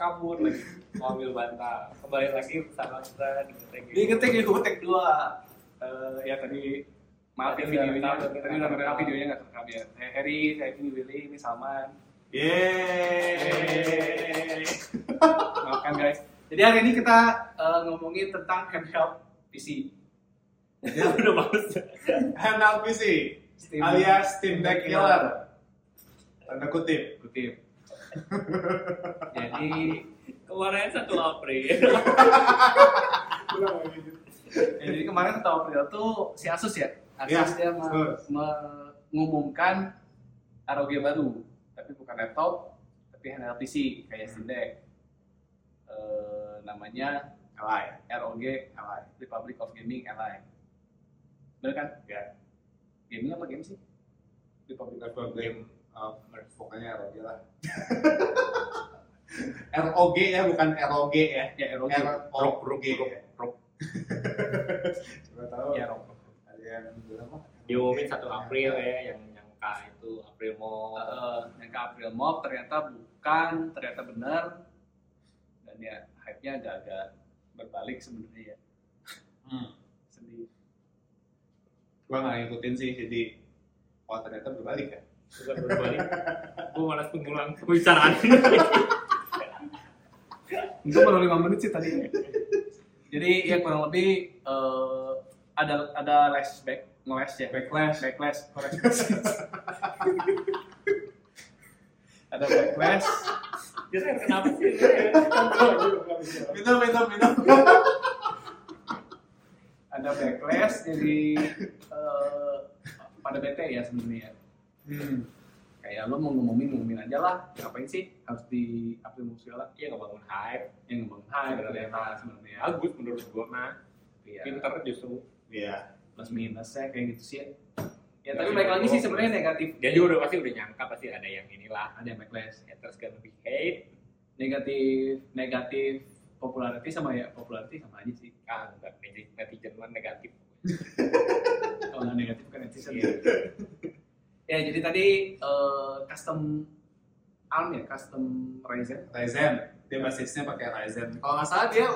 kabur lagi mau ambil bantal, kembali lagi sama kita Ngetek di Kutek 2. Ya tadi maaf ya videonya, tadi udah ngerekam videonya nggak terekam ya. Saya Harry, saya Willy, ini Salman. Yeay. Maafkan guys. Jadi hari ini kita ngomongin tentang handheld PC. Ya udah bagus. Handheld PC alias Steam Deck Killer. Tanda kutip. Jadi Kemarin 1 April. jadi kemarin 1 April tuh si Asus ya, Asus dia mengumumkan ROG baru, tapi bukan laptop, tapi handheld PC kayak Steam Deck. Namanya ROG Republic of Gaming Ally. Bener kan? Ya. Gaming apa game sih? Republic of Game pokoknya ROG lah. ROG ya, bukan ROG ya. Ya ROG. ROG. Coba tahu. Ya ROG. Kalian berapa? Diumumin 1 April ya, yang nyangka itu April mau Yang ke April Mop ternyata bukan, ternyata benar. Dan ya hype-nya agak-agak berbalik sebenarnya ya. Sedih. Gua nggak ngikutin sih, jadi ternyata berbalik ya. bukan berbalik. Gue malas mengulang pembicaraan. Itu baru 5 menit sih tadi. Jadi ya kurang lebih ada ngeles ya. Backlash. Ada backlash. Jadi kenapa sih? Minum. Ada backlash jadi pada bete ya sebenarnya. Kayak lo mau ngumumin aja lah, ngapain sih harus di April Mop segala? Iya ngebangun hype. Yang ngebangun hype ternyata sebenarnya. Bagus menurut gue mah. Iya. Pinter justru. Iya. Plus minusnya kayak gitu sih. Ya tapi baik lagi sih sebenarnya negatif. Dia juga pasti udah nyangka pasti ada yang inilah. Ada yang backlash. Haters gonna be hate. Negatif popularity sama aja sih. Enggak, netizen mah negatif. Kalau nggak negatif kan netizen. Iya. Ya jadi tadi custom ARM ya, custom Ryzen. Dia basisnya pakai Ryzen. Kalau nggak salah dia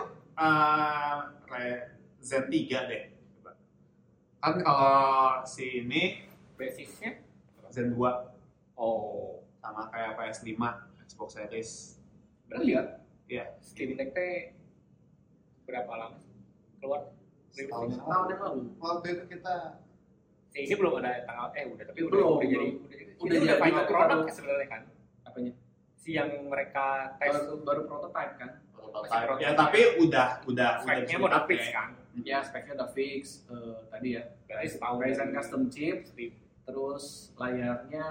Ryzen 3 deh. Kan kalau si ini Basisnya Ryzen 2 oh sama kayak PS5 Xbox Series. berarti Iya. Iya. Steam Deck teh berapa lama sih keluar? Setahun yang Tahun yang lalu. Waktu itu kita Ini belum ada tanggal udah tapi Belum, udah jadi udah ini jadi, final tapi product baru- kan sebenarnya kan. Apanya? Si yang mereka tes Baru prototype kan? prototype. ya tapi udah speknya bisa mau dipakai. fix kan. Ya speknya udah fix tadi ya. Berarti setahun Ryzen dari- custom chip, terus layarnya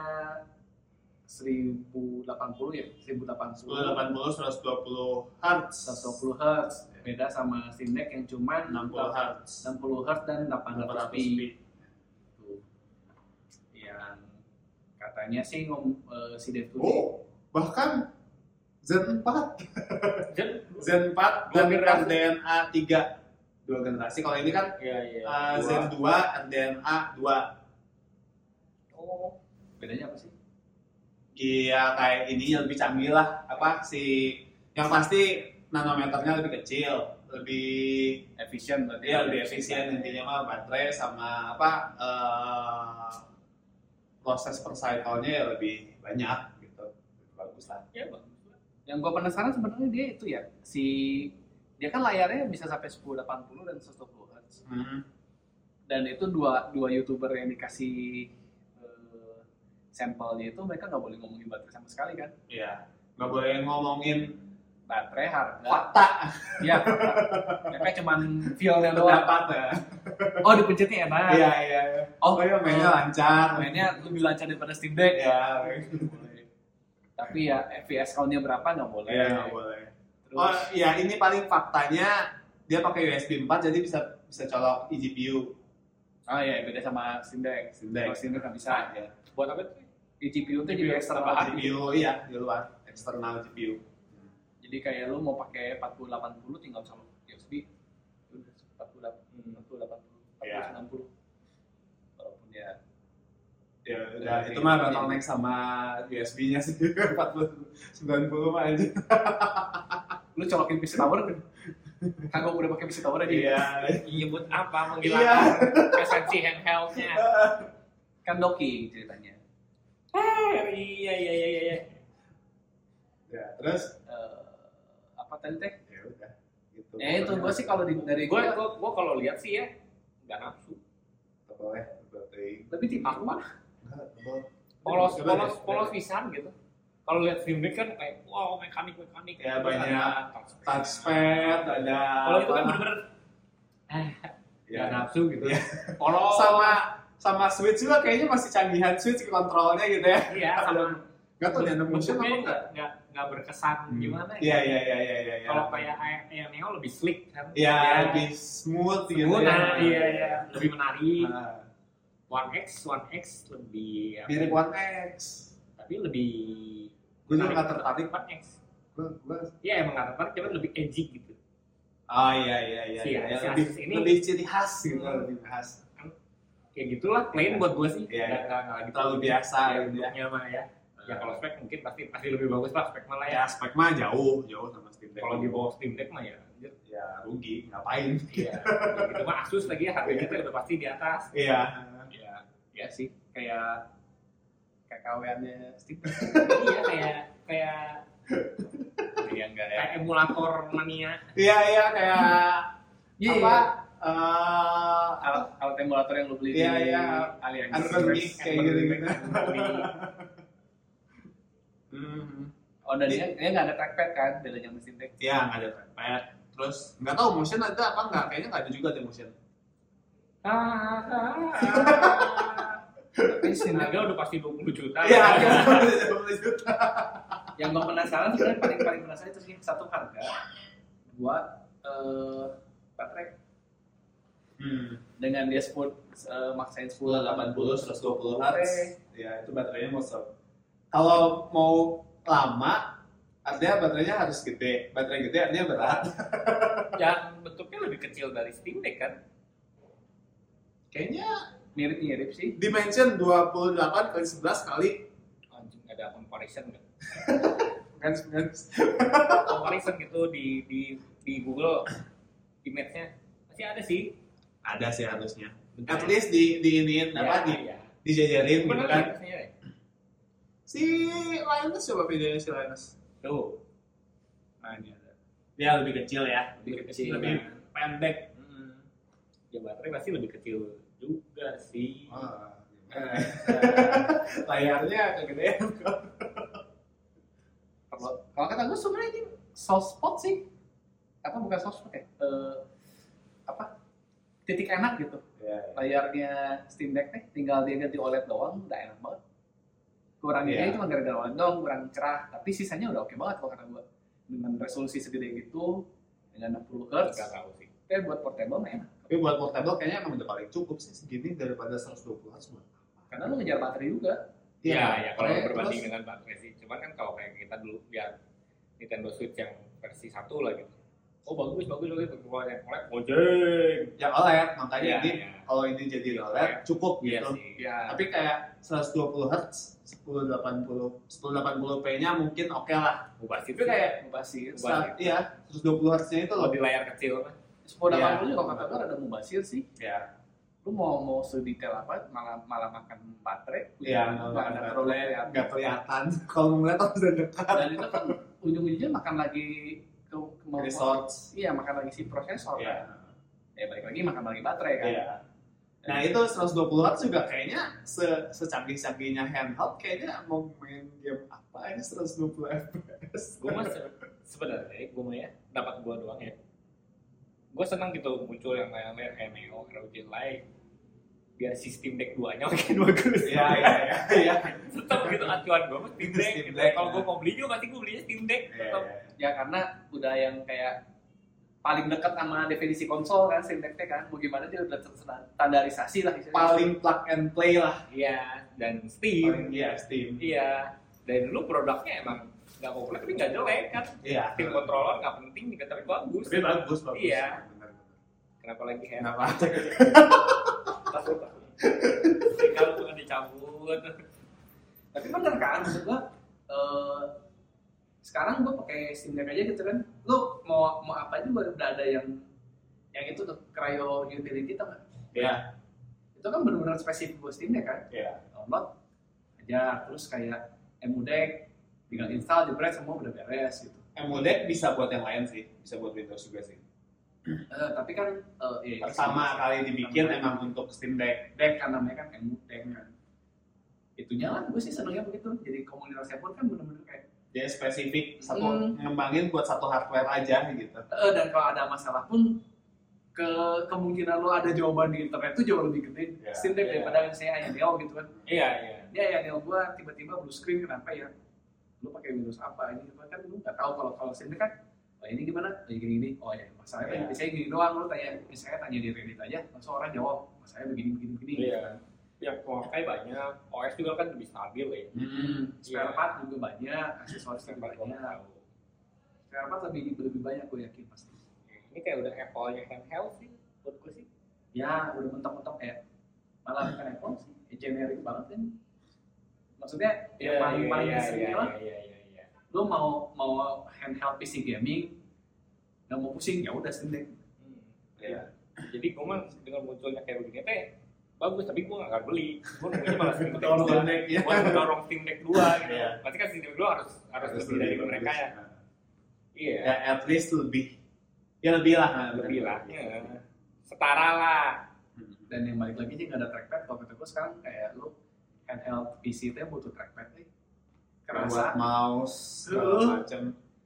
1080 ya, 1080 1080 120 Hz 120 Hz. Beda sama Steam Deck yang cuman 60 Hz 60 Hz dan 800 p. Tuh. Yang katanya sih si Dev Oh, bahkan Zen 4 Zen Zen 4 dan Dua generasi. RDNA 3 dua generasi. Kalau ini kan iya Zen 2 RDNA 2. oh bedanya apa sih? Iya, kayak ini lebih canggih lah. Apa sih? Yang pasti nanometernya lebih kecil, lebih Efisien berarti. ya lebih efisien, intinya mah baterai sama apa proses per cycle-nya ya lebih banyak gitu. Bagus lah. ya bagus. Yang gua penasaran sebenarnya dia itu ya, dia kan layarnya bisa sampai 1080 dan 120 Hz. Dan itu dua YouTuber yang dikasih sampelnya itu mereka nggak boleh ngomongin baterai sama sekali kan? Iya. Nggak boleh ngomongin Baterai harga. fakta Iya. Mereka cuman feel-nya doang. pendapat ya. Oh dipencetnya enak. Iya. Oh ya mainnya lancar. Mainnya lebih lancar daripada Steam Deck. Ya. Tapi ya FPS count-nya berapa nggak boleh. Iya nggak boleh. Terus, Oh iya, ini paling faktanya dia pakai USB 4 jadi bisa colok eGPU. oh iya beda sama Steam Deck. Steam Deck. Kalau Steam Deck nggak bisa. Ya. Buat apa tuh? eGPU itu jadi eksternal hard disk. GPU iya di luar eksternal GPU. Jadi kayak lu mau pakai 4080 tinggal sama USB udah 4080 Iya. 4090. Walaupun ya Ya udah itu mah bottleneck sama USB-nya sih 40-90 mah aja. Lu colokin PC tower kan? Kagak udah pakai PC tower aja. Iya. Nyebut apa menghilangkan esensi handheldnya. Kan docking ceritanya. Iya. Ya, terus Apa tadi teh? ya udah gitu. Itu gue sih kalau dari Gue kalau lihat sih ya nggak nafsu. boleh berarti lebih tipe apa? Polos pisan gitu. Kalau lihat Steam Deck kan kayak wow mekanik. Ya, Terus banyak ada touchpad, ada Kalau itu kan apa? bener-bener Ya. nggak nafsu gitu. Ya. Polos sama Switch juga kayaknya masih canggihan Switch kontrolnya gitu ya. iya sama Nggak tahu dia motion apa bentuknya enggak. nggak berkesan gimana Iya. Kalau kayak yang Neo lebih slick kan. Ya, lebih smooth gitu Smooth, ya. iya. Lebih menarik. Nah, One X lebih apa mirip ya, One X. tapi lebih Gue juga nggak tertarik. One X. Gue Iya emang nggak tertarik, cuman lebih edgy gitu. Oh iya. Si Lebih, Asus ini lebih ciri khas gitu, Hmm. lebih khas. Kayak gitulah, plain buat gue sih. Iya. Nggak lagi Terlalu biasa ya, gitu ya. bentuknya mah ya. Ya kalau spek mungkin pasti lebih bagus lah spek malah Ya ya. spek mah jauh sama Steam Deck. Kalau di bawah Steam Deck mah ya, anjir. Ya rugi, ngapain? Iya. Udah gitu mah Asus lagi ya, harganya tuh udah pasti di atas. Iya. Ya sih kayak KKW-annya Steam. Iya kayak Iya enggak ya. kayak emulator mania. Iya kayak Iya. apa? Alat emulator yang lu beli Iya, di iya. AliExpress. Ergonomik kayak gitu. Oh dan dia nggak ada trackpad kan bedanya sama Steam Deck. Iya nggak ada trackpad. Terus nggak tahu motion ada apa nggak? Kayaknya nggak ada juga ada motion. Tapi Steam Deck Harga udah pasti 20 juta. Iya, harga 20 juta. yang gue penasaran sebenarnya paling penasaran itu sih satu harga, dua baterai dengan dia maksain 80, 120 Hz. Baterai. Ya itu baterainya mau kalau mau lama artinya baterainya harus gede. Baterai gede artinya berat. Yang bentuknya lebih kecil dari Steam Deck kan. Kayaknya mirip sih. dimension 28 kali 11 kali Anjing ada comparison kan. kan 9. Comparison gitu di Google image-nya masih ada sih. Ada sih harusnya. Bentuknya. At least di iniin apa Ya. dijajarin gitu Bener kan. image-nya ya? Si Linus coba videonya si Linus. Tuh. Nah ini ada. Dia lebih kecil ya. Lebih kecil. Lebih pendek. Ya baterai pasti lebih kecil juga sih. Wah, layarnya kegedean. Kalau kata gue sebenarnya ini soft spot sih. Apa bukan soft spot ya? Apa? Titik enak gitu. Ya. Layarnya Steam Deck tinggal dia ganti OLED doang, udah enak banget. Kurangnya cuma gara-gara OLED doang, kurang cerah. Tapi sisanya udah oke banget kalau kata gue. Dengan resolusi segede gitu, dengan 60 Hz. Gak tahu sih. Tapi buat portable mah enak. Tapi buat portable kayaknya emang udah paling cukup sih segini daripada 120 Hz. Karena lu ngejar baterai juga. Ya kalau Terus- berbanding dengan baterai sih. Cuman kan kalau kayak kita dulu lihat Nintendo Switch yang versi 1 lah gitu. Oh bagus. Kalau yang OLED gojeng. Ya OLED, makanya Iya, ini iya. kalau ini jadi OLED cukup Iya gitu. sih. Ya, Tapi kayak 120 Hz, 1080p-nya mungkin oke lah. Mubasir Tapi kayak mubasir. iya, 120 Hz-nya itu kalau loh. di layar kecil kan. 1080 juga kalau kata gue ada mubasir sih. Ya. Lu mau sedetail apa malah makan baterai. Iya, nggak ada terlalu kelihatan. nggak kelihatan. Kalau ngeliat harus udah dekat. Dan itu kan ujung-ujungnya makan lagi ke Resource. Iya, makan lagi si prosesor Iya. kan. Ya balik lagi makan lagi baterai kan. Iya. Nah itu 120 Hz juga kayaknya secanggih-canggihnya handheld kayaknya mau main game apa ini 120 FPS. Gue mah sebenarnya gue mah ya dapat gue doang ya. Gue senang gitu muncul yang kayak Neo, ROG Live. Biar sistem deck 2-nya makin bagus. Iya. Tetap gitu acuan gue mah Steam Deck. Steam Gitu. Deck, Kalau gue ya. mau beli juga pasti gue belinya Steam Deck. Tetap. Ya karena udah yang kayak paling dekat sama definisi konsol kan Steam Deck kan. Mau gimana dia udah standarisasi lah istilahnya. Paling plug and play lah. Iya, dan Steam. Paling Steam. Iya. Dan dulu produknya emang nggak populer tapi nggak jelek kan. Iya. Steam controller nggak penting juga tapi bagus. Tapi bagus. Iya. Benar. Kenapa lagi hand? Kenapa? Kalau tuh dicabut. Tapi bener kan, maksud gua sekarang gua pakai Steam Deck aja gitu kan. Lu mau apa aja udah ada yang itu tuh cryo utility tuh kan. Ya. Itu kan benar-benar spesifik buat Steam Deck kan. Ya. Download aja, terus kayak EmuDeck tinggal install, jebret semua udah beres gitu. EmuDeck bisa buat yang lain sih, bisa buat Windows juga sih. Tapi kan Pertama kali dibikin emang untuk Steam Deck. Deck kan namanya kan EmuDeck kan. Itunya lah, gue sih senangnya begitu. Jadi komunitasnya pun kan bener-bener kayak Dia spesifik ngembangin buat satu hardware aja gitu. dan kalau ada masalah pun kemungkinan lo ada jawaban di internet itu jauh lebih gede Steam Deck daripada yang saya Neo gitu kan. Iya. Dia Neo gue tiba-tiba blue screen kenapa ya? Lo pakai Windows apa ini kan lo nggak tahu kalau Steam Deck kan. Oh ini gimana? Oh gini. Oh ya masalahnya biasanya gini doang. Lo misalnya tanya di Reddit aja, langsung orang jawab masalahnya begini. Iya. Yang pemakai banyak, OS juga kan lebih stabil ya. Spare part juga banyak, aksesoris juga banyak. Spare part lebih banyak gue yakin pasti. Ini kayak udah Apple-nya handheld sih, buat gue sih. Ya udah mentok-mentok ya. Malah bukan Apple sih, generic banget kan. Maksudnya yang paling seringnya lah. Iya. Lo mau handheld PC gaming, nggak mau pusing ya udah Steam Deck. Iya. Jadi gue mah dengan munculnya kayak begini teh bagus, tapi gue nggak akan beli. Gue nunggunya malah Steam Deck Steam Deck, ya. Gue mendorong Steam Deck 2 gitu. Iya. Berarti kan Steam Deck 2 harus lebih dari mereka ya. Iya. Ya at least lebih. Ya lebih lah. Lebih lah. Ya. Setara lah. Dan yang balik lagi sih nggak ada trackpad. Kalau kata gue sekarang kayak lo handheld PC itu butuh trackpad nih. Buat Kerasa. mouse segala macam.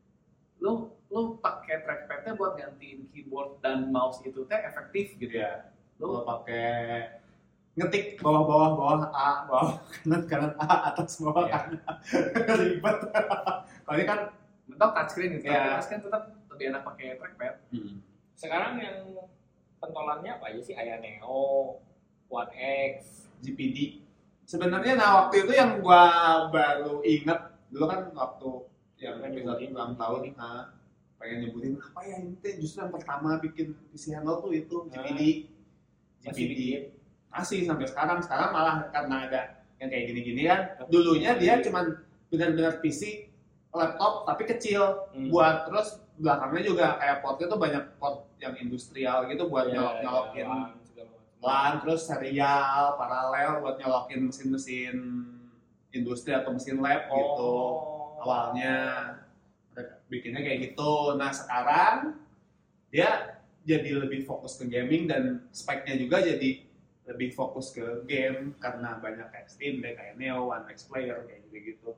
Lo pakai trackpadnya buat gantiin keyboard dan mouse itu teh efektif gitu. Iya. Lo Lo pakai ngetik bawah A, bawah kanan A, atas bawah kanan. Ribet. Kalau ini kan mentok touchscreen gitu. Ya. Tapi kan tetap lebih enak pakai trackpad. Sekarang yang pentolannya apa aja sih? Aya Neo, One X, GPD. Sebenarnya waktu itu yang gua baru inget dulu kan waktu yang episode ulang tahun pengen nyebutin apa ya ini justru yang pertama bikin PC handle tuh itu GPD. masih bikin. Masih sampai sekarang malah karena ada yang kayak gini-gini kan. Dulunya dia cuman benar-benar PC laptop tapi kecil buat, terus belakangnya juga kayak portnya tuh banyak port yang industrial gitu buat nyolokin LAN, terus serial paralel buat nyolokin mesin-mesin industri atau mesin lab gitu. Awalnya bikinnya kayak gitu. Nah sekarang dia jadi lebih fokus ke gaming dan speknya juga jadi lebih fokus ke game karena banyak kayak Steam Deck, kayak Neo, One X Player kayak gitu.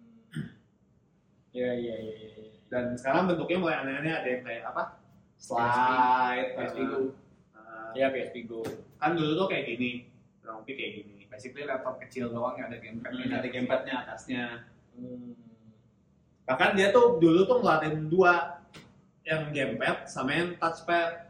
Iya. Dan sekarang bentuknya mulai aneh-aneh, ada yang kayak apa? Slide, PSP Go. Iya, PSP Go. Kan dulu tuh kayak gini, kurang lebih kayak gini. Basically laptop kecil doang yang ada gamepadnya. Ada gamepadnya atasnya. Bahkan dia tuh dulu tuh ngeluarin dua, yang gamepad sama yang touchpad.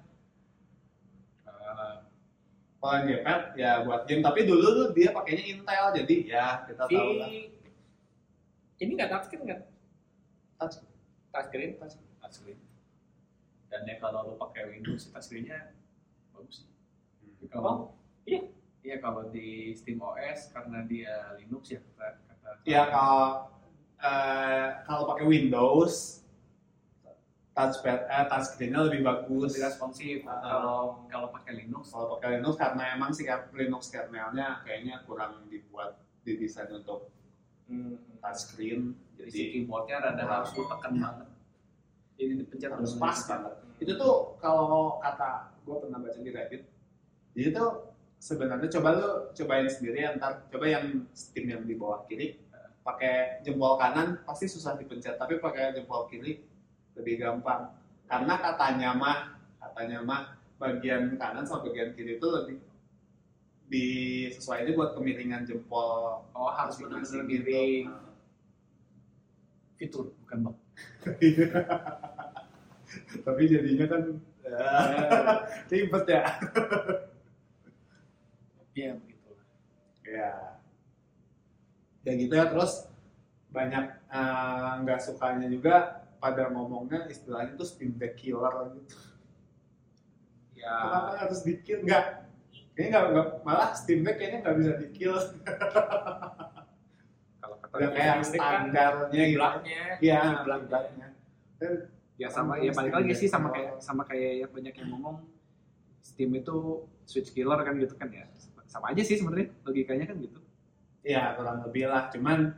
Kalau yang gamepad ya buat game, tapi dulu tuh dia pakainya Intel, jadi ya kita tahu lah. Ini nggak touchscreen kan? Touchscreen. Dan ya kalau lo pakai Windows, touchscreen-nya bagus. Kalau iya kalau di SteamOS karena dia Linux ya kata. Ya kalau pakai Windows touchscreen-nya lebih bagus, lebih responsif. Kalau pakai Linux, karena emang sih Linux kernelnya kayaknya kurang didesain untuk touchscreen, jadi si keyboardnya rada harus ditekan banget. Jadi dipencet harus pas banget. Itu tuh kalau kata gue pernah baca di Reddit, jadi tuh sebenarnya cobain sendiri, ntar coba yang Steam yang di bawah kiri pakai jempol kanan pasti susah dipencet, tapi pakai jempol kiri lebih gampang karena katanya mah bagian kanan sama bagian kiri itu lebih disesuaikan buat kemiringan jempol. Harus benar-benar miring. Fitur bukan bug. Tapi jadinya kan ribet ya. Iya begitu. Ya gitu ya. Terus banyak nggak sukanya juga pada ngomongnya istilahnya tuh Steam Deck killer gitu. Ya. Kenapa harus dikit? Nggak Kayaknya nggak malah Steam Deck kayaknya nggak bisa di kill. Kalau kata Udah kayak standarnya gitu. kiblatnya. Iya, Kiblatnya. kiblatnya. Ya sama ya balik lagi sih sama kayak yang banyak yang ngomong Steam itu switch killer kan gitu kan ya. Sama aja sih sebenarnya logikanya kan gitu. Iya, kurang lebih lah. Cuman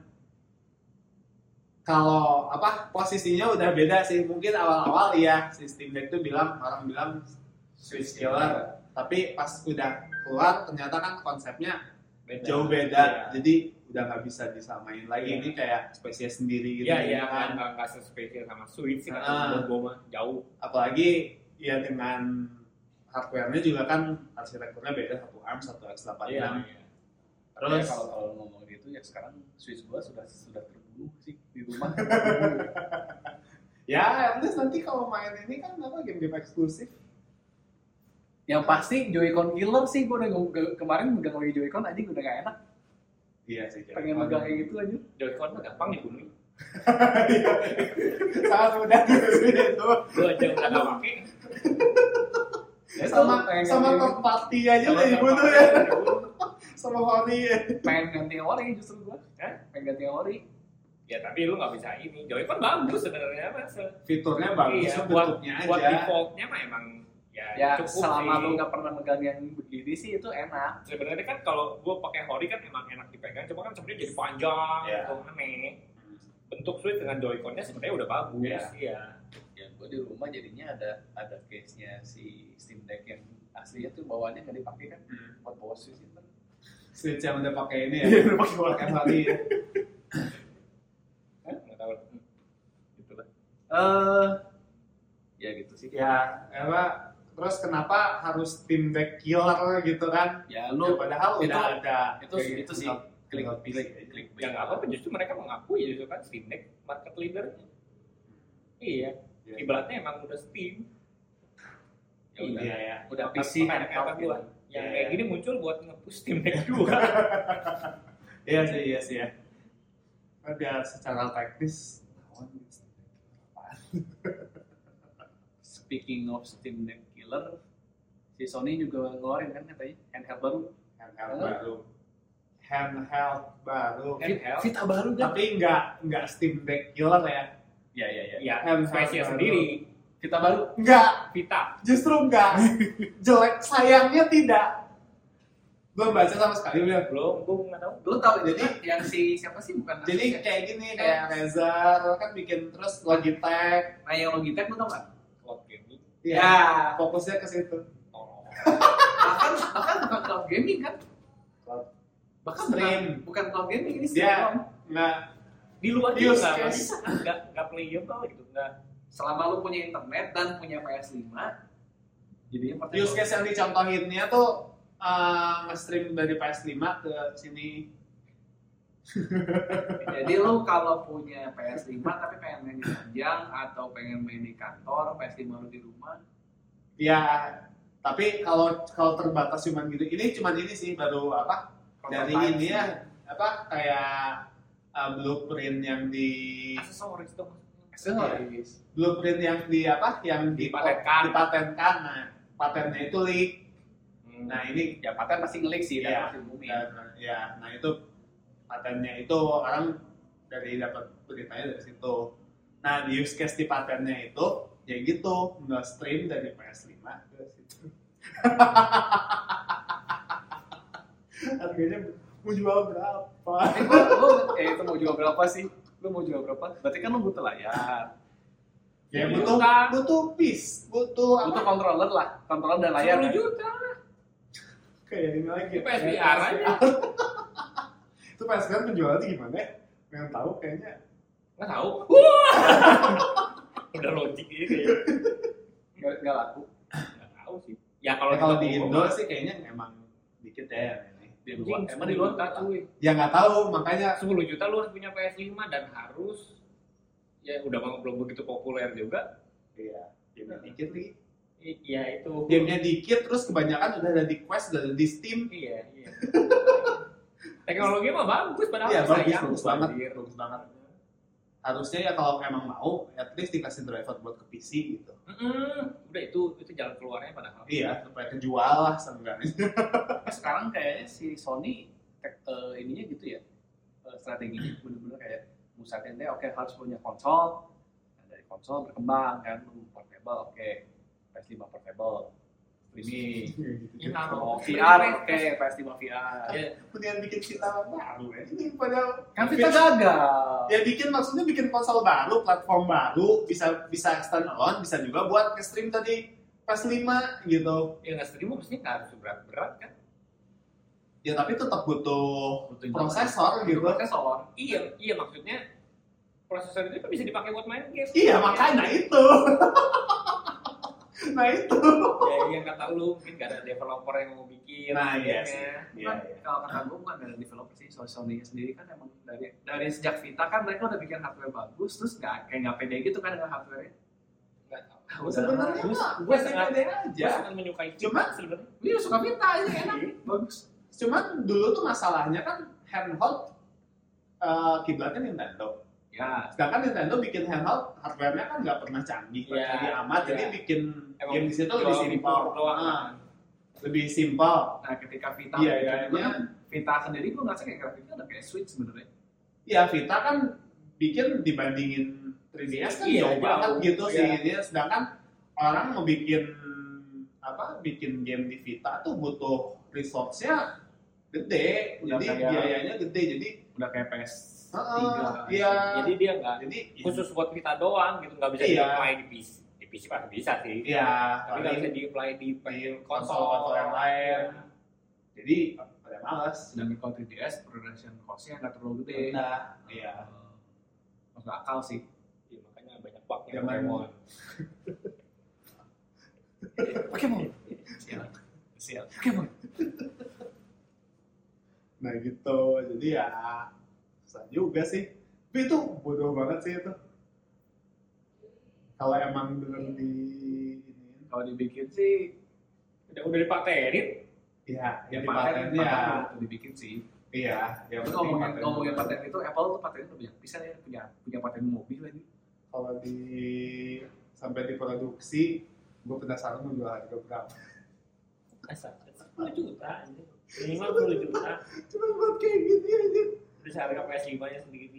kalau posisinya udah beda sih. Mungkin awal-awal ya si Steam Deck tuh orang bilang switch killer. Tapi pas udah keluar ternyata kan konsepnya jauh beda. Ya. Jadi udah nggak bisa disamain lagi. Ini kayak spesies sendiri gitu. Iya kan nggak sespesial sama Switch sih kan gue mah jauh. Apalagi ya dengan hardware-nya juga kan arsitekturnya beda, satu ARM, satu X86. Iya. Terus kalau ngomong gitu ya sekarang Switch gua sudah terbunuh sih di rumah. Ya, at least nanti kalau main ini kan game-game eksklusif. Yang pasti Joy-Con killer sih, gue udah kemarin megang lagi Joy-Con aja udah gak enak. Iya sih. Pengen megang kayak gitu aja. Joy-Con mah gampang dibunuh. Sangat mudah itu. Gue aja udah gak pake. Ya, sama third party aja udah dibunuh ya. Sama Hori ya. Pengen ganti ori justru gue. Pengen ganti ori. Ya tapi lu nggak bisa ini. Joy-Con bagus sebenarnya mas. Fiturnya bagus, Iya, bentuknya aja. buat defaultnya mah emang Ya cukup selama sih. lu nggak pernah megang yang begini sih itu enak. Sebenarnya kan kalau gue pakai Hori kan emang enak dipegang, cuma kan sebenarnya jadi panjang, Iya. gitu, aneh. Bentuk Switch dengan Joy-Con-nya sebenarnya udah bagus, iya. Ya gue di rumah jadinya ada case-nya si Steam Deck yang aslinya tuh bawaannya nggak dipakai kan buat bawa Switch itu. Switch yang udah pakai ini ya. Iya, udah pakai Pakai Hori ya. Nggak tahu, gitu lah. Ya gitu sih. Ya, terus kenapa harus Steam Deck killer gitu kan? Ya Ya, lu padahal itu- udah ada itu kayak itu gitu, sih tinggal klik. Yang apa-apa justru mereka mengaku ya justru kan Steam Deck market leader-nya. Iya, Iya. ibaratnya emang udah Steam. Ya udah. Iya ya. Udah Makanya PC kata handheld gua, gitu. yang Iya, kayak iya. gini muncul buat nge-push Steam Deck juga. Iya sih ya. Biar secara teknis Speaking of Steam Deck killer, si Sony juga ngeluarin kan katanya handheld baru. handheld baru. Handheld. Vita baru kan? Tapi nggak Steam Deck killer ya. Ya. Ya, Handheld spesial baru. sendiri. Vita baru. Nggak, Vita. justru nggak. Jelek, sayangnya tidak. Belum baca sama sekali ya. Belum, gue nggak tahu. Lu tahu jadi yang si siapa sih bukan? Jadi kayak gini, kayak Razer kan bikin terus Logitech. nah yang Logitech lu tau nggak? Cloud gaming. Ya, fokusnya ke situ. Oh. bahkan bukan cloud gaming kan? Cloud. Bahkan Stream. bukan cloud gaming ini Dia stream. nggak Di luar Use juga nggak case. bisa, nggak playable gitu, nggak. Selama lu punya internet dan punya PS5, jadinya portable. use case yang dicontohinnya tuh nge-stream dari PS5 ke sini. Jadi lu kalau punya PS5 tapi pengen main di ranjang atau pengen main di kantor, PS5 lu di rumah. Ya, tapi kalau terbatas cuman gitu. Ini cuman ini sih baru dari Prototype ini sih. ya kayak blueprint yang di Aksesoris dong. Aksesoris. blueprint yang Dipatenkan. dipatenkan. Nah, patennya itu leak. Nah, ini Ya paten pasti ngelik sih Iya. dan pasti booming. nah itu patennya itu orang dari dapat beritanya dari situ. Nah, di use case di patennya itu ya gitu, nge-stream dari PS5 ke situ. Harganya mau jual berapa? Itu mau jual berapa sih? Lu mau jual berapa? Berarti kan lu butuh layar. Ya Ya, butuh piece, butuh Butuh controller lah, controller dan layar. 10 juta. kayak ini lagi. Itu PSVR aja. Itu PSVR penjualannya gimana ya? Pengen tahu kayaknya. Nggak tahu. Wah. Udah logik ini kayaknya. Nggak laku. Nggak tahu sih. Ya kalau Kalau kita di mau Indo ngomong, sih kayaknya emang dikit ya ini. Di luar, anjing, emang di luar 10 juta, cuy. Ya nggak tahu, makanya 10 juta lu harus punya PS5 dan harus ya udah belum begitu populer juga. iya, gamenya dikit nih. Iya itu. Gamenya dikit, terus kebanyakan udah ada di Quest, udah ada di Steam. Iya. Teknologi mah bagus padahal Iya, sayang, bagus banget, banjir. bagus banget. Harusnya ya kalau emang mau, at least dikasih driver buat ke PC gitu. Udah itu jalan keluarnya padahal. Iya, supaya kejual lah seenggaknya. Sekarang kayaknya si Sony ininya gitu ya, strateginya bener-bener kayak musatin deh, oke harus punya konsol. Nah, dari konsol berkembang kan, portable, oke, PS5 portable, streaming, Nah, VR, oke, PS5 VR. Ya, Kemudian bikin Vita baru ya. Ini padahal Kan kita gagal. ya maksudnya bikin konsol baru, platform baru, bisa stand alone, bisa juga buat nge-stream tadi PS5 gitu. ya nggak stream maksudnya nggak harus berat-berat kan? Ya tapi tetap butuh Butuh prosesor gitu. Prosesor. Iya maksudnya prosesor itu kan bisa dipakai buat main game. Iya makanya itu. Nah itu. Ya yang kata lu mungkin nggak ada developer yang mau bikin. Nah, iya gamenya. sih. Iya, Kan, iya. kalau kata gue bukan dari developer sih, Sony sendiri kan emang dari sejak Vita kan mereka udah bikin hardware bagus, terus nggak pede gitu kan dengan hardware-nya. Nggak tahu. Udah, Sebenarnya Gue- mah gue sangat- pede Gue aja. sangat menyukai Cuma- sebenarnya. Iya suka Vita aja enak, bagus. Cuman dulu tuh masalahnya kan handheld kiblatnya Nintendo. Ya, Sedangkan Nintendo bikin handheld hardware-nya kan nggak pernah canggih, Iya, canggih amat. iya. Jadi bikin Emang game di situ lebih jual simpel. fitur doang. Ah, lebih simpel. nah ketika Vita, Iya, bikin, iya, gua iya. kan Vita sendiri gue ngerasa kayak grafiknya udah kayak Switch sebenarnya. Ya Vita kan bikin dibandingin 3DS kan Iya, jauh banget jauh. gitu sih. Iya. Dia sedangkan orang mau bikin game di Vita tuh butuh resource-nya gede, Udah jadi kayak- biayanya gede, jadi Udah kayak PS3. iya. Jadi dia nggak Jadi khusus buat kita doang gitu, nggak bisa Iya. di-apply di PC. Di PC pasti bisa sih. iya, Tapi nggak bisa di-apply di konsol-konsol yang lain. Jadi pada males. Sedangkan kalau 3DS production cost-nya nggak terlalu gede. Nah, iya. Masuk akal sih. Iya, makanya banyak bug-nya Zaman- Pokemon. Pokemon. Siap. Pokemon. Nah gitu, jadi ya susah juga sih. Tapi itu bodoh banget sih itu. Kalau emang bener di ini, Kalau dibikin sih, Udah dipatenin. ya yang paten dipaten ya, itu dibikin sih. iya. Yang Tapi penting ngomongin paten itu, Apple tuh paten itu banyak bisa ya, punya paten mobil lagi. kalau sampai diproduksi, gue penasaran mau jual harga berapa. Asal 10 juta anjir. Minimal 10 juta. Cuma buat kayak gini aja. Terus harga PS5-nya sendiri.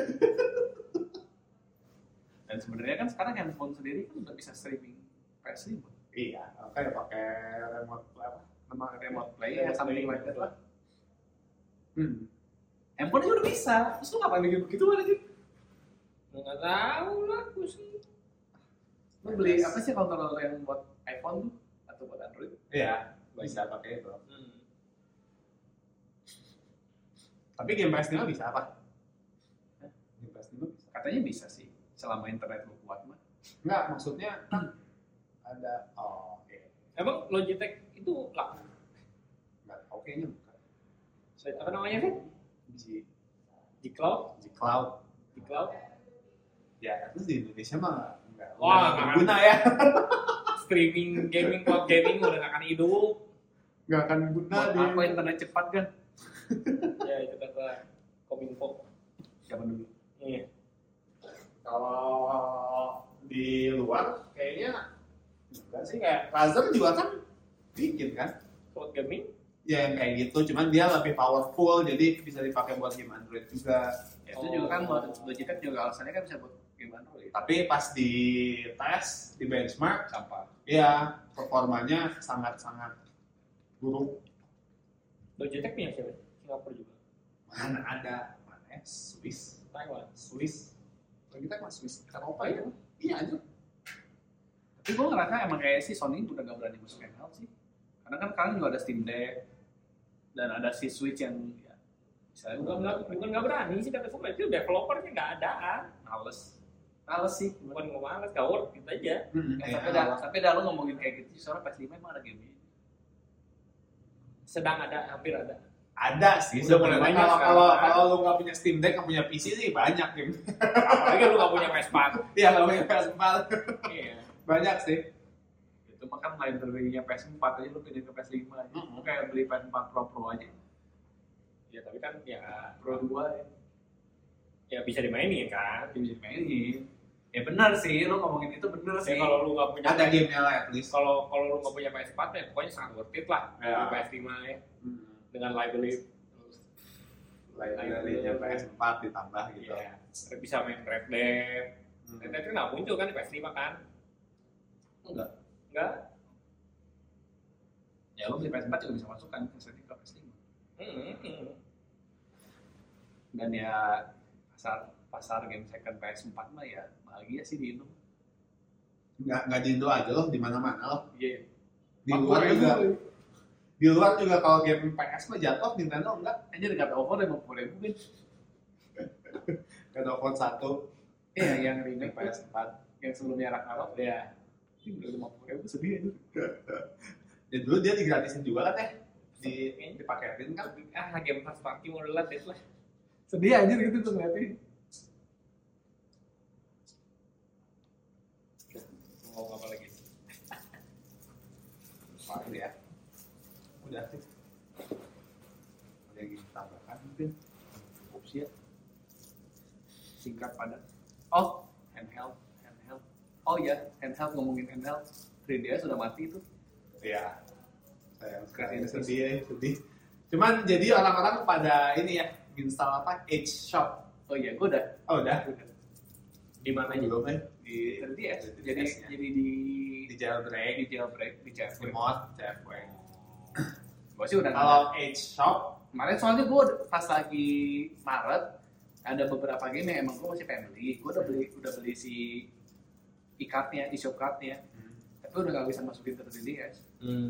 Dan sebenarnya kan sekarang handphone sendiri kan udah bisa streaming PS5. Iya, kayak pakai remote apa? Nama remote play ya something like that lah. Handphone Handphone aja udah bisa. Terus lu ngapain bikin begitu aja? Nggak tahu lah, aku sih. Lu beli apa sih controller yang buat iPhone tuh atau buat Android? Iya, bisa pakai itu. Hmm. Tapi game PS5 bisa apa? Game PS5 bisa. Katanya bisa sih, selama internet lu kuat mah. Enggak, maksudnya ada oke. Emang Logitech itu laku? Enggak, oke-nya bukan. Apa namanya sih? Di cloud? Di cloud. Di cloud? Ya, terus di Indonesia mah enggak. Wah, Enggak nggak guna ya. Streaming, gaming, cloud gaming udah nggak akan hidup. Enggak akan guna Buat di apa internet cepat kan? Ya itu kata Kominfo. Zaman dulu. Iya. kalau di luar kayaknya enggak sih, kayak Razer juga kan bikin kan. Cloud gaming? Ya yang kayak gitu, cuman dia lebih powerful jadi bisa dipakai buat game Android juga. Ya, itu juga kan buat Logitech juga alasannya kan bisa buat game Android. Tapi pas di tes, di benchmark, Sampah. ya performanya sangat-sangat buruk. Logitech punya siapa? Singapura juga. Mana ada, mana ya? Swiss. Taiwan. Kita mah Swiss, Eropa ya? Iya aja. Tapi gue ngerasa emang kayak si Sony udah gak berani masuk handheld sih. Karena kan sekarang juga ada Steam Deck dan ada si Switch yang ya, misalnya Bukan nggak berani sih, kata gue itu developernya nggak ada. males sih. Bukan nggak malas, gak worth it aja. Tapi dah lo ngomongin kayak gitu, soalnya PS5 emang ada game ini. Sedang ada, hampir ada. Ada sih Udah mulai sebenarnya. banyak Kalau sekarang. kalau lu nggak punya Steam Deck, nggak punya PC sih banyak game. Apalagi lu nggak punya PS4. Iya, nggak punya PS4 Iya. banyak sih. Itu mah kan lain terbaiknya PS4 aja lo pindah ke PS5 aja. Lo kayak beli PS4 Pro aja. Ya tapi kan ya Pro 2 ya. bisa dimainin kan. Bisa dimainin. Ya benar sih, lu ngomongin itu benar Ya sih. kalau lu nggak punya Ada gamenya lah at least. kalau lu nggak punya PS4 ya pokoknya sangat worth it lah. Ya. Di PS5 ya dengan library Library-nya PS4 ditambah gitu. ya bisa main Red Dead. Red Dead kan nggak muncul kan di PS5 kan? Enggak. Ya lu beli PS4 juga bisa masuk kan ke PS5. Dan ya pasar game second PS4 mah ya bahagia sih di Indo. Nggak di Indo aja loh, di mana-mana loh. Iya. Di luar juga. Di luar juga kalau game PS mah jatuh, Nintendo enggak. Aja dekat over 50.000 kan. God of War 1 Iya yang remake PS4. yang sebelumnya Ragnarok Ya. ini udah 50.000 sedih aja. Ya dulu dia digratisin juga kan dipaketin kan. Game first party model lah deh lah. Sedih aja gitu tuh ngeliatin. Mau apa lagi? Pakai ya. Udah sih. Ada yang ingin tambahkan mungkin. Opsi ya. Singkat padat. Oh, handheld. Oh ya, handheld, ngomongin handheld. 3DS sudah mati itu. Iya. Sayang sekali, Sedih. sedih. Cuman jadi orang-orang pada ini ya, install apa? Edge Shop. Oh iya, gue udah Oh udah. Di mana Belum ya? di 3DS. Di Jadi 3DS-nya. di Di jailbreak, di jailbreak. di mod, jailbreak. Gue sih udah Kalau Edge Shop, kemarin soalnya gue pas lagi Maret ada beberapa game yang emang gue masih pengen beli. Gue udah beli si e-cardnya, e-shop cardnya, tapi udah gak bisa masukin ke 3DS.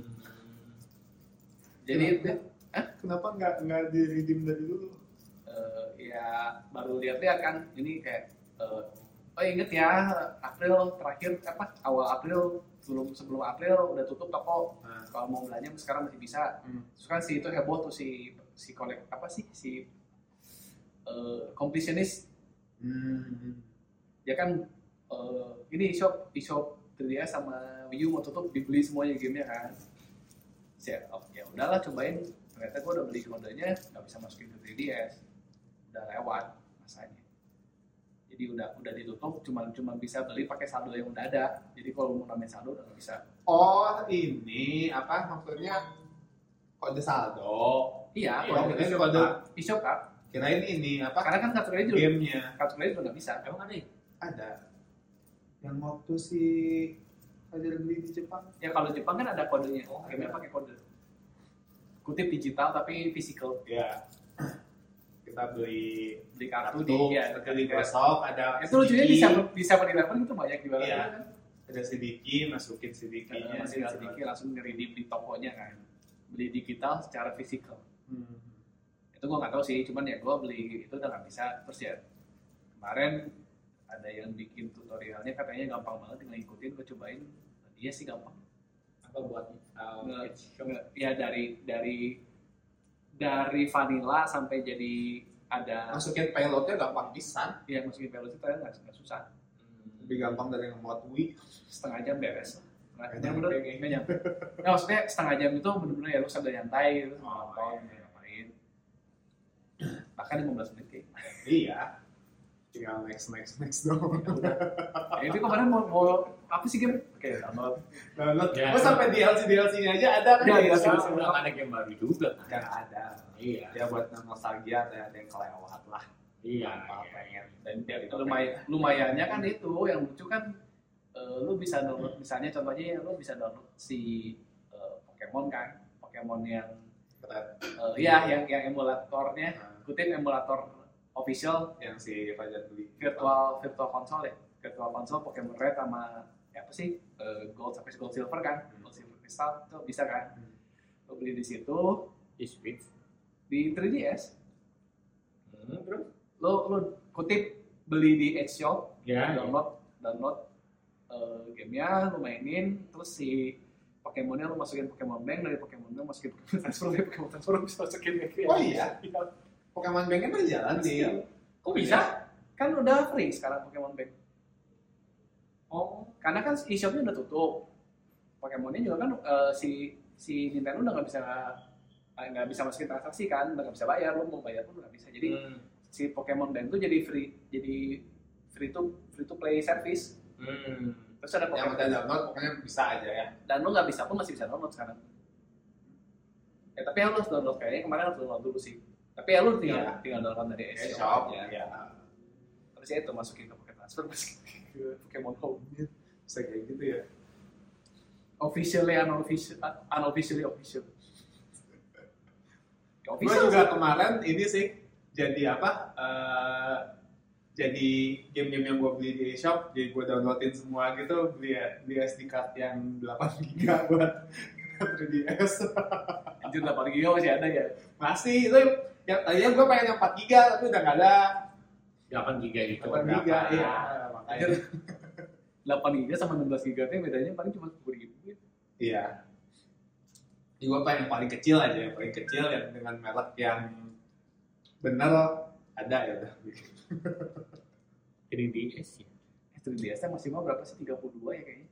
Jadi kenapa nggak di redeem dari dulu? ya baru lihat kan ini kayak oh inget ya April terakhir awal April sebelum April udah tutup toko. Kalau mau belanja sekarang masih bisa. Terus kan si itu heboh tuh si kolek si completionist. Ya kan ini e-shop 3DS sama Wii U mau tutup dibeli semuanya gamenya kan. Ya udahlah cobain. Ternyata gue udah beli kodenya nggak bisa masukin ke 3DS. Udah lewat masanya. Jadi udah ditutup cuma bisa beli pakai saldo yang udah ada. Jadi kalau mau nambahin saldo udah nggak bisa. Oh ini apa maksudnya kode saldo? Iya, kode e-shop kan. kirain ini apa? Karena kan kartu kredit Gamenya juga nggak bisa. Emang ada ya? ada. Yang waktu si Fajar beli di Jepang. Ya kalau Jepang kan ada kodenya. Gamenya pakai kode. Kutip digital tapi physical. Ya. Kita beli Kartu di besok ada. Itu lucunya di 7-Eleven itu banyak juga Iya. kan. Ada sedikit masukin sedikitnya. Masih sedikit langsung nge-redeem di tokonya kan. Beli digital secara fisikal. Itu gue nggak tahu sih, cuman ya gue beli itu udah nggak bisa. Terus ya kemarin ada yang bikin tutorialnya katanya gampang banget tinggal ngikutin, gue cobain. Iya sih gampang. Apa buat Ya dari vanilla sampai jadi ada Masukin payloadnya gampang pisan. ya masukin payload itu ternyata nggak susah. Lebih gampang dari nge-mod Wii. Setengah jam beres. Nggak nyampe. Nggak nyampe. Nah, maksudnya setengah jam itu benar-benar ya lu sambil nyantai, lu nonton, ngapain. Bahkan 15 menit kayak. Iya. Tinggal next dong. Ya, itu kemarin mau apa sih game? Oke, download. Ya. Gue sampai DLC-nya aja ada kan? Ya, Udah ada game baru juga kan? Gak ada. Iya. Ya buat nostalgia ada yang kelewat lah. Iya. Pengen. Dan ya, lumayannya kan itu yang lucu kan lu bisa download misalnya contohnya lu bisa download si Pokemon kan, Pokemon yang yang emulatornya, kutip emulator official Yang si Fajar beli. virtual console ya, virtual console Pokemon Red sama apa sih gold sampai gold silver kan, gold silver crystal itu bisa kan, lu beli di situ Di Switch. di 3DS, Terus? lu kutip beli di Edge Shop, Ya. download gamenya, lu mainin, terus si Pokemonnya lu masukin Pokemon Bank, dari Pokemon Bank masukin Pokemon Transfer, dari Pokemon Transfer lu bisa masukin ke Oh iya? Pokemon Bank-nya masih jalan sih. Kok bisa? Kan udah free sekarang Pokemon Bank. Oh. Karena kan e-shopnya udah tutup. Pokemonnya juga kan si Nintendo udah nggak bisa masukin transaksi kan, udah nggak bisa bayar, lu mau bayar pun nggak bisa. Jadi si Pokemon Bank tuh jadi free to play service. Terus ada Yang Pokemon udah download pokoknya bisa aja ya. dan lu nggak bisa pun masih bisa download sekarang. Ya tapi ya lu harus download, kayaknya kemarin harus download dulu sih. Tapi ya lu tinggal download dari Shop ya. ya. Terus ya itu masukin ke Pocket Transfer, masukin ke Pokemon Home. Bisa kayak gitu ya. Officially official. Ya, Gue juga kemarin ini sih jadi apa? Jadi game-game yang gue beli di shop, jadi gue downloadin semua gitu, beli SD card yang 8 GB buat 3DS. Anjir 8 GB masih ada ya? Masih itu yang tadinya gue pengen yang 4 GB tapi udah nggak ada. 8 giga gitu. 8 GB ya. Makanya. 8 GB sama 16 GB itu bedanya paling cuma 10 ribu. Iya. Jadi gue pengen yang paling kecil aja, yang paling kecil yang dengan merek yang bener ada ya udah. 3DS ya. 3DS nya maksimal berapa sih? 32 ya kayaknya.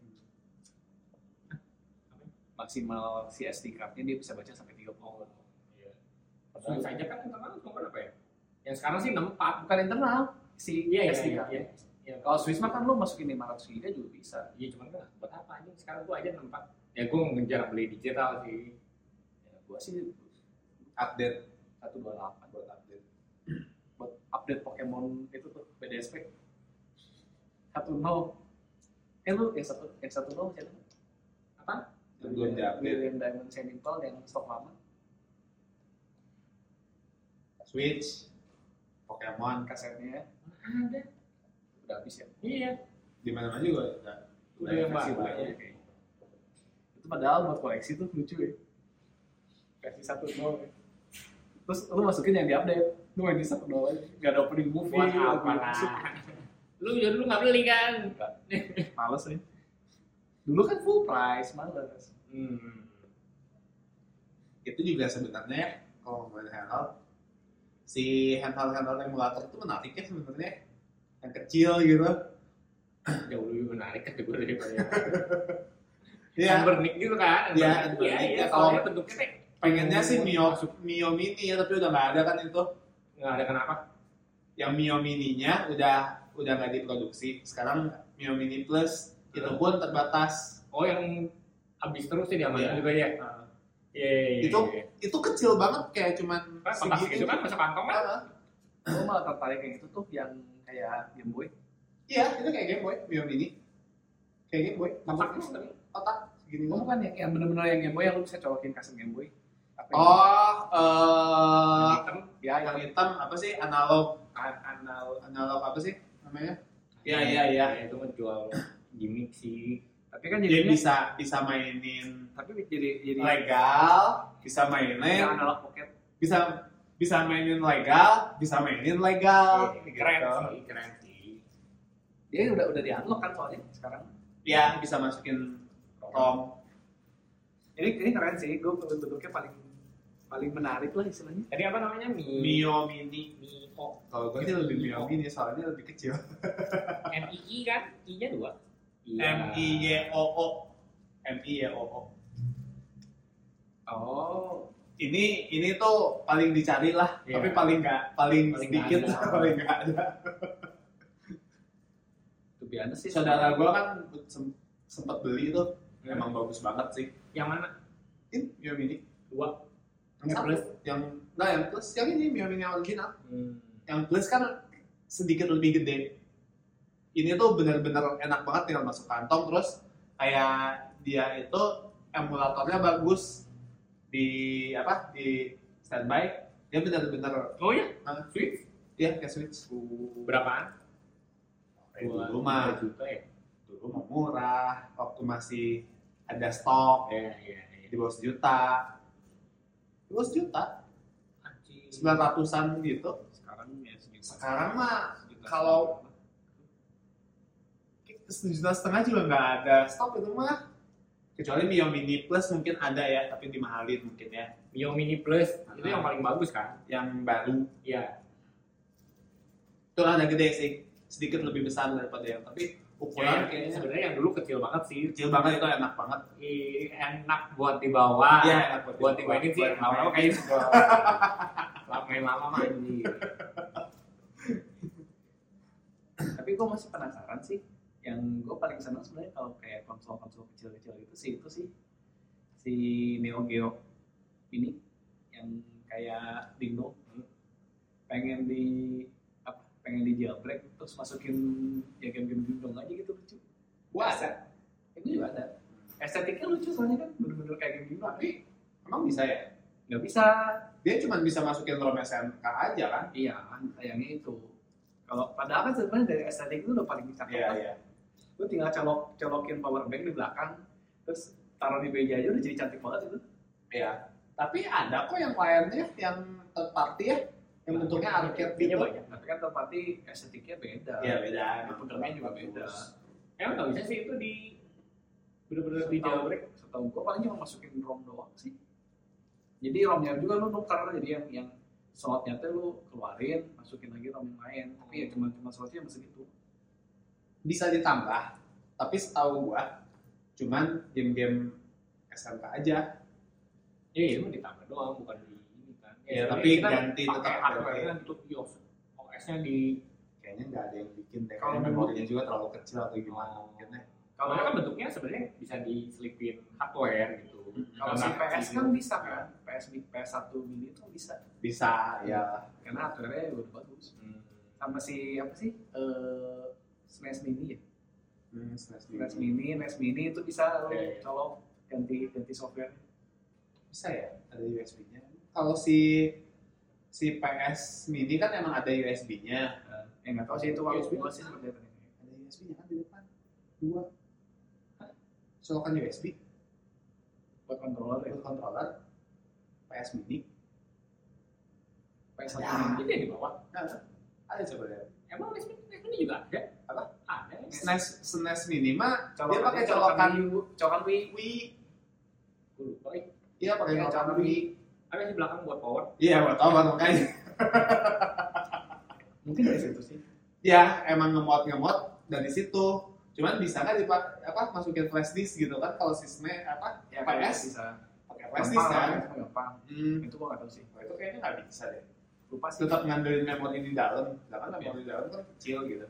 Maksimal si SD card-nya dia bisa baca sampai 30. Iya. Padahal saja kan internal cuma berapa ya? Yang sekarang sih 64. Bukan internal, si SD Iya. card-nya. Iya. Kalau Swiss mah kan lu masukin 500 GB juga bisa. Iya cuman kan buat apa aja? Sekarang gua aja 64. Ya gua ngejar beli digital sih. Ya, gua sih Update 128 buat update. buat update Pokemon itu tuh BDSP 10. Lu yang satu siapa? Apa? Yang belum diupdate. William Diamond Shining Pearl yang stok lama. Switch, Pokemon, Kasetnya Ada. udah habis ya. Iya. di mana-mana juga Udah yang versi baru baru aja. kayaknya. Itu padahal buat koleksi tuh lucu ya. Versi 1.0 ya. Terus lu masukin yang diupdate. Lu main di 1.0 aja. Gak ada opening movie. Buat apa opening lah? musik. Lu ya dulu nggak beli kan? Males nih. Dulu kan full price, males. itu juga sebenarnya ya, kalau ngomongin handheld, si handheld emulator itu menarik ya sebenarnya, yang kecil gitu. Jauh lebih menarik kan gue daripada Iya. yang bernik gitu kan? Iya, Iya. ya, Kalau kalau bentuknya kayak pengennya sih Mio Mini ya, tapi udah nggak ada kan itu. nggak ada kenapa? Yang Mio Mininya udah nggak diproduksi. Sekarang Mio Mini Plus itu pun terbatas. Oh yang habis terus sih diamankan Iya. juga ya? Iya. Itu kecil banget kayak cuman Kan kotak gitu kan masuk kantong kan? Gue malah tertarik yang itu tuh, yang kayak Game Boy. Iya, itu kayak Game Boy, Mio Mini. Kayak Game Boy, Kotak bentuknya tapi kotak segini. Oh bukan yang bener-bener yang Game Boy yang lu bisa colokin kaset Game Boy. Apa yang hitam. ya yang hitam apa sih? Analog apa sih namanya? Iya. Itu menjual gimmick sih. tapi kan Dia jadinya bisa mainin tapi jadi legal, bisa mainin, yang analog pocket. bisa mainin legal, bisa mainin legal. Keren sih. Dia udah di-unlock kan soalnya sekarang. Ya, bisa masukin ROM. Ini keren sih, gue bentuknya paling menarik lah istilahnya. Tadi apa namanya? Mio Mini. Mio. Kalau gue sih lebih Mio Mini soalnya lebih kecil. MII kan? I-nya 2. MIYOO. Oh, Ini tuh paling dicari lah, Iya. tapi paling sedikit, nggak ada. paling nggak ada. to be honest sih. Saudara gue kan sempat beli itu, emang bagus banget sih. Yang mana? Ini Mio Mini. 2. Yang Yang plus, yang plus, yang ini Mio Mini yang original. Hmm. Yang plus kan sedikit lebih gede. Ini tuh benar-benar enak banget tinggal masuk kantong, terus kayak dia itu emulatornya bagus di standby, dia benar-benar Oh ya? Switch, ya kayak Switch. Berapaan? Dulu mah juta ya? dulu mah murah, waktu masih ada stok Iya. di bawah sejuta, 900-an gitu. Sekarang ya segitu. Sekarang mah kalau 1,5 juta juga nggak ada stok itu mah, kecuali Mio Mini Plus mungkin ada ya, tapi dimahalin mungkin ya, Mio Mini Plus itu yang paling bagus kan? yang baru Iya. itu ada gede sih, sedikit lebih besar daripada yang, tapi ukuran kayaknya sebenarnya yang dulu kecil banget sih. kecil banget, itu enak banget. Enak buat dibawa. Iya, enak buat dimainin sih. Buat Lama-lama dimainin. kayak main lama mah anjir. Tapi Tapi gue masih penasaran sih. Yang gue paling senang sebenarnya kalau kayak konsol-konsol kecil-kecil itu sih si Neo Geo ini yang kayak Dingdong pengen di jailbreak terus masukin ya game-game Dingdong aja gitu lucu. Gua ada. Itu juga ada. Estetiknya lucu soalnya kan bener-bener kayak game Dingdong. Tapi emang bisa ya? Nggak bisa. Dia cuma bisa masukin ROM SNK aja kan? Iya, sayangnya itu. Kalau padahal kan sebenarnya dari estetik itu udah paling cakep kan. Iya. Lu tinggal colokin power bank di belakang, terus taruh di meja aja udah jadi cantik banget itu. Iya. Tapi ada kok yang lainnya yang third party ya, yang bentuknya arcade gitu. Banyak. Tapi kan tempatnya estetiknya beda. Iya beda. Pegangnya juga beda. Emang nggak bisa sih itu di bener-bener di jailbreak. Setahu gua paling cuma masukin ROM doang sih. Jadi ROM-nya juga lu nuker, jadi yang slotnya tuh lu keluarin, masukin lagi ROM yang lain. Tapi ya cuma slotnya masih gitu. Bisa ditambah, tapi setahu gua cuman game-game SNK aja. Iya, itu ditambah doang, bukan di ini kan. Iya, sebenarnya tapi kita ganti pakai tetap hardware-nya itu OS-nya di Kayaknya nggak ada yang bikin deh. Kalau Kalau memorinya juga terlalu kecil atau gimana mungkinnya. kalau kan bentuknya sebenarnya bisa diselipin hardware gitu. Kalau si PS kan bisa kan, PS1 mini itu bisa. Bisa ya. Karena hardware-nya udah bagus. Sama si apa sih? SNES Mini ya. SNES Mini itu bisa lo Oke. colok ganti software. Bisa ya, ada USB-nya. Kalau si PS Mini kan emang ada USB-nya. Nggak tahu sih itu waktu USB gua sih seperti apa. Ada USB-nya kan di depan. 2. Colokan USB Buat controller ya. buat controller PS Mini. PS1 Ya. Mini. Itu yang di bawah. Ada coba lihat. Emang ini juga ada? Apa? Ada. SNES Mini mah dia Colokan pakai colokan Wii. Wii. Gue lupa. Iya pakai Iya, colokan colokan Wii. Ada di belakang buat power. Iya, buat tahu makanya. Mungkin dari situ sih. Ya, emang ngemot dari situ. Cuman bisa kan masukin flash disk gitu kan kalau si SNES Ya PS bisa. pakai flash disk kan. Gampang. Itu Itu gua nggak tahu sih. kayaknya nggak bisa deh. Lupa sih. Tetap ngandelin memori di dalam. Sedangkan memori di dalam kan kecil gitu.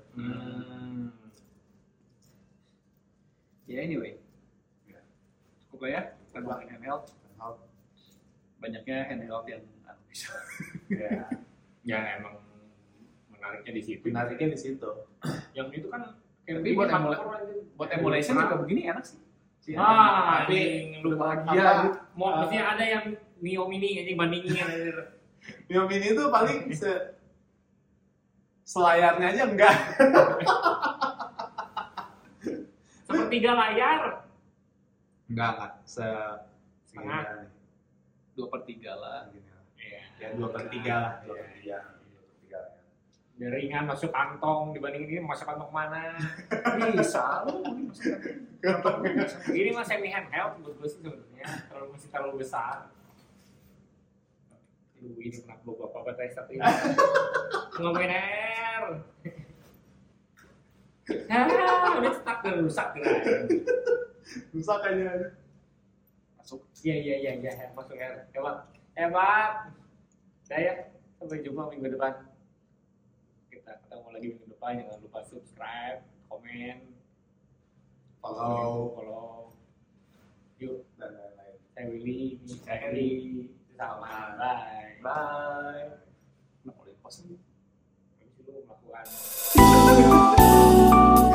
Ya anyway. Ya. Cukup lah ya. Kita ngomongin handheld. Banyaknya handheld yang bisa. Ya, Ya emang menariknya di situ. menariknya di situ. Yang itu kan kayak Tapi buat buat emulation juga begini enak sih. tapi lu bahagia apa? gitu. mau mestinya ada yang Mio Mini aja bandingin aja. Mio Mini itu paling selayarnya aja enggak. Sepertiga layar. Enggak. Setengah. 2/3 lah. Iya. Ya 2/3 lah. 2/3. Biar ringan masuk kantong dibandingin ini masuk kantong mana. Bisa lu mungkin masuk Ini mah semi handheld menurut gue sih sebenarnya masih terlalu besar. Aduh ini kenapa bapak baterai satu ini ngomongin air. Udah stuck dan rusak gerai. Rusak aja. masuk. Iya masuk air. Hebat. Saya sampai jumpa minggu depan. Kita ketemu lagi minggu depan. Jangan lupa subscribe, komen, follow. Yuk. Dan lain-lain. Saya Willy, ini saya Heri. Sama. Bye. Bye. Nah, boleh pos nih. Habis itu melakukan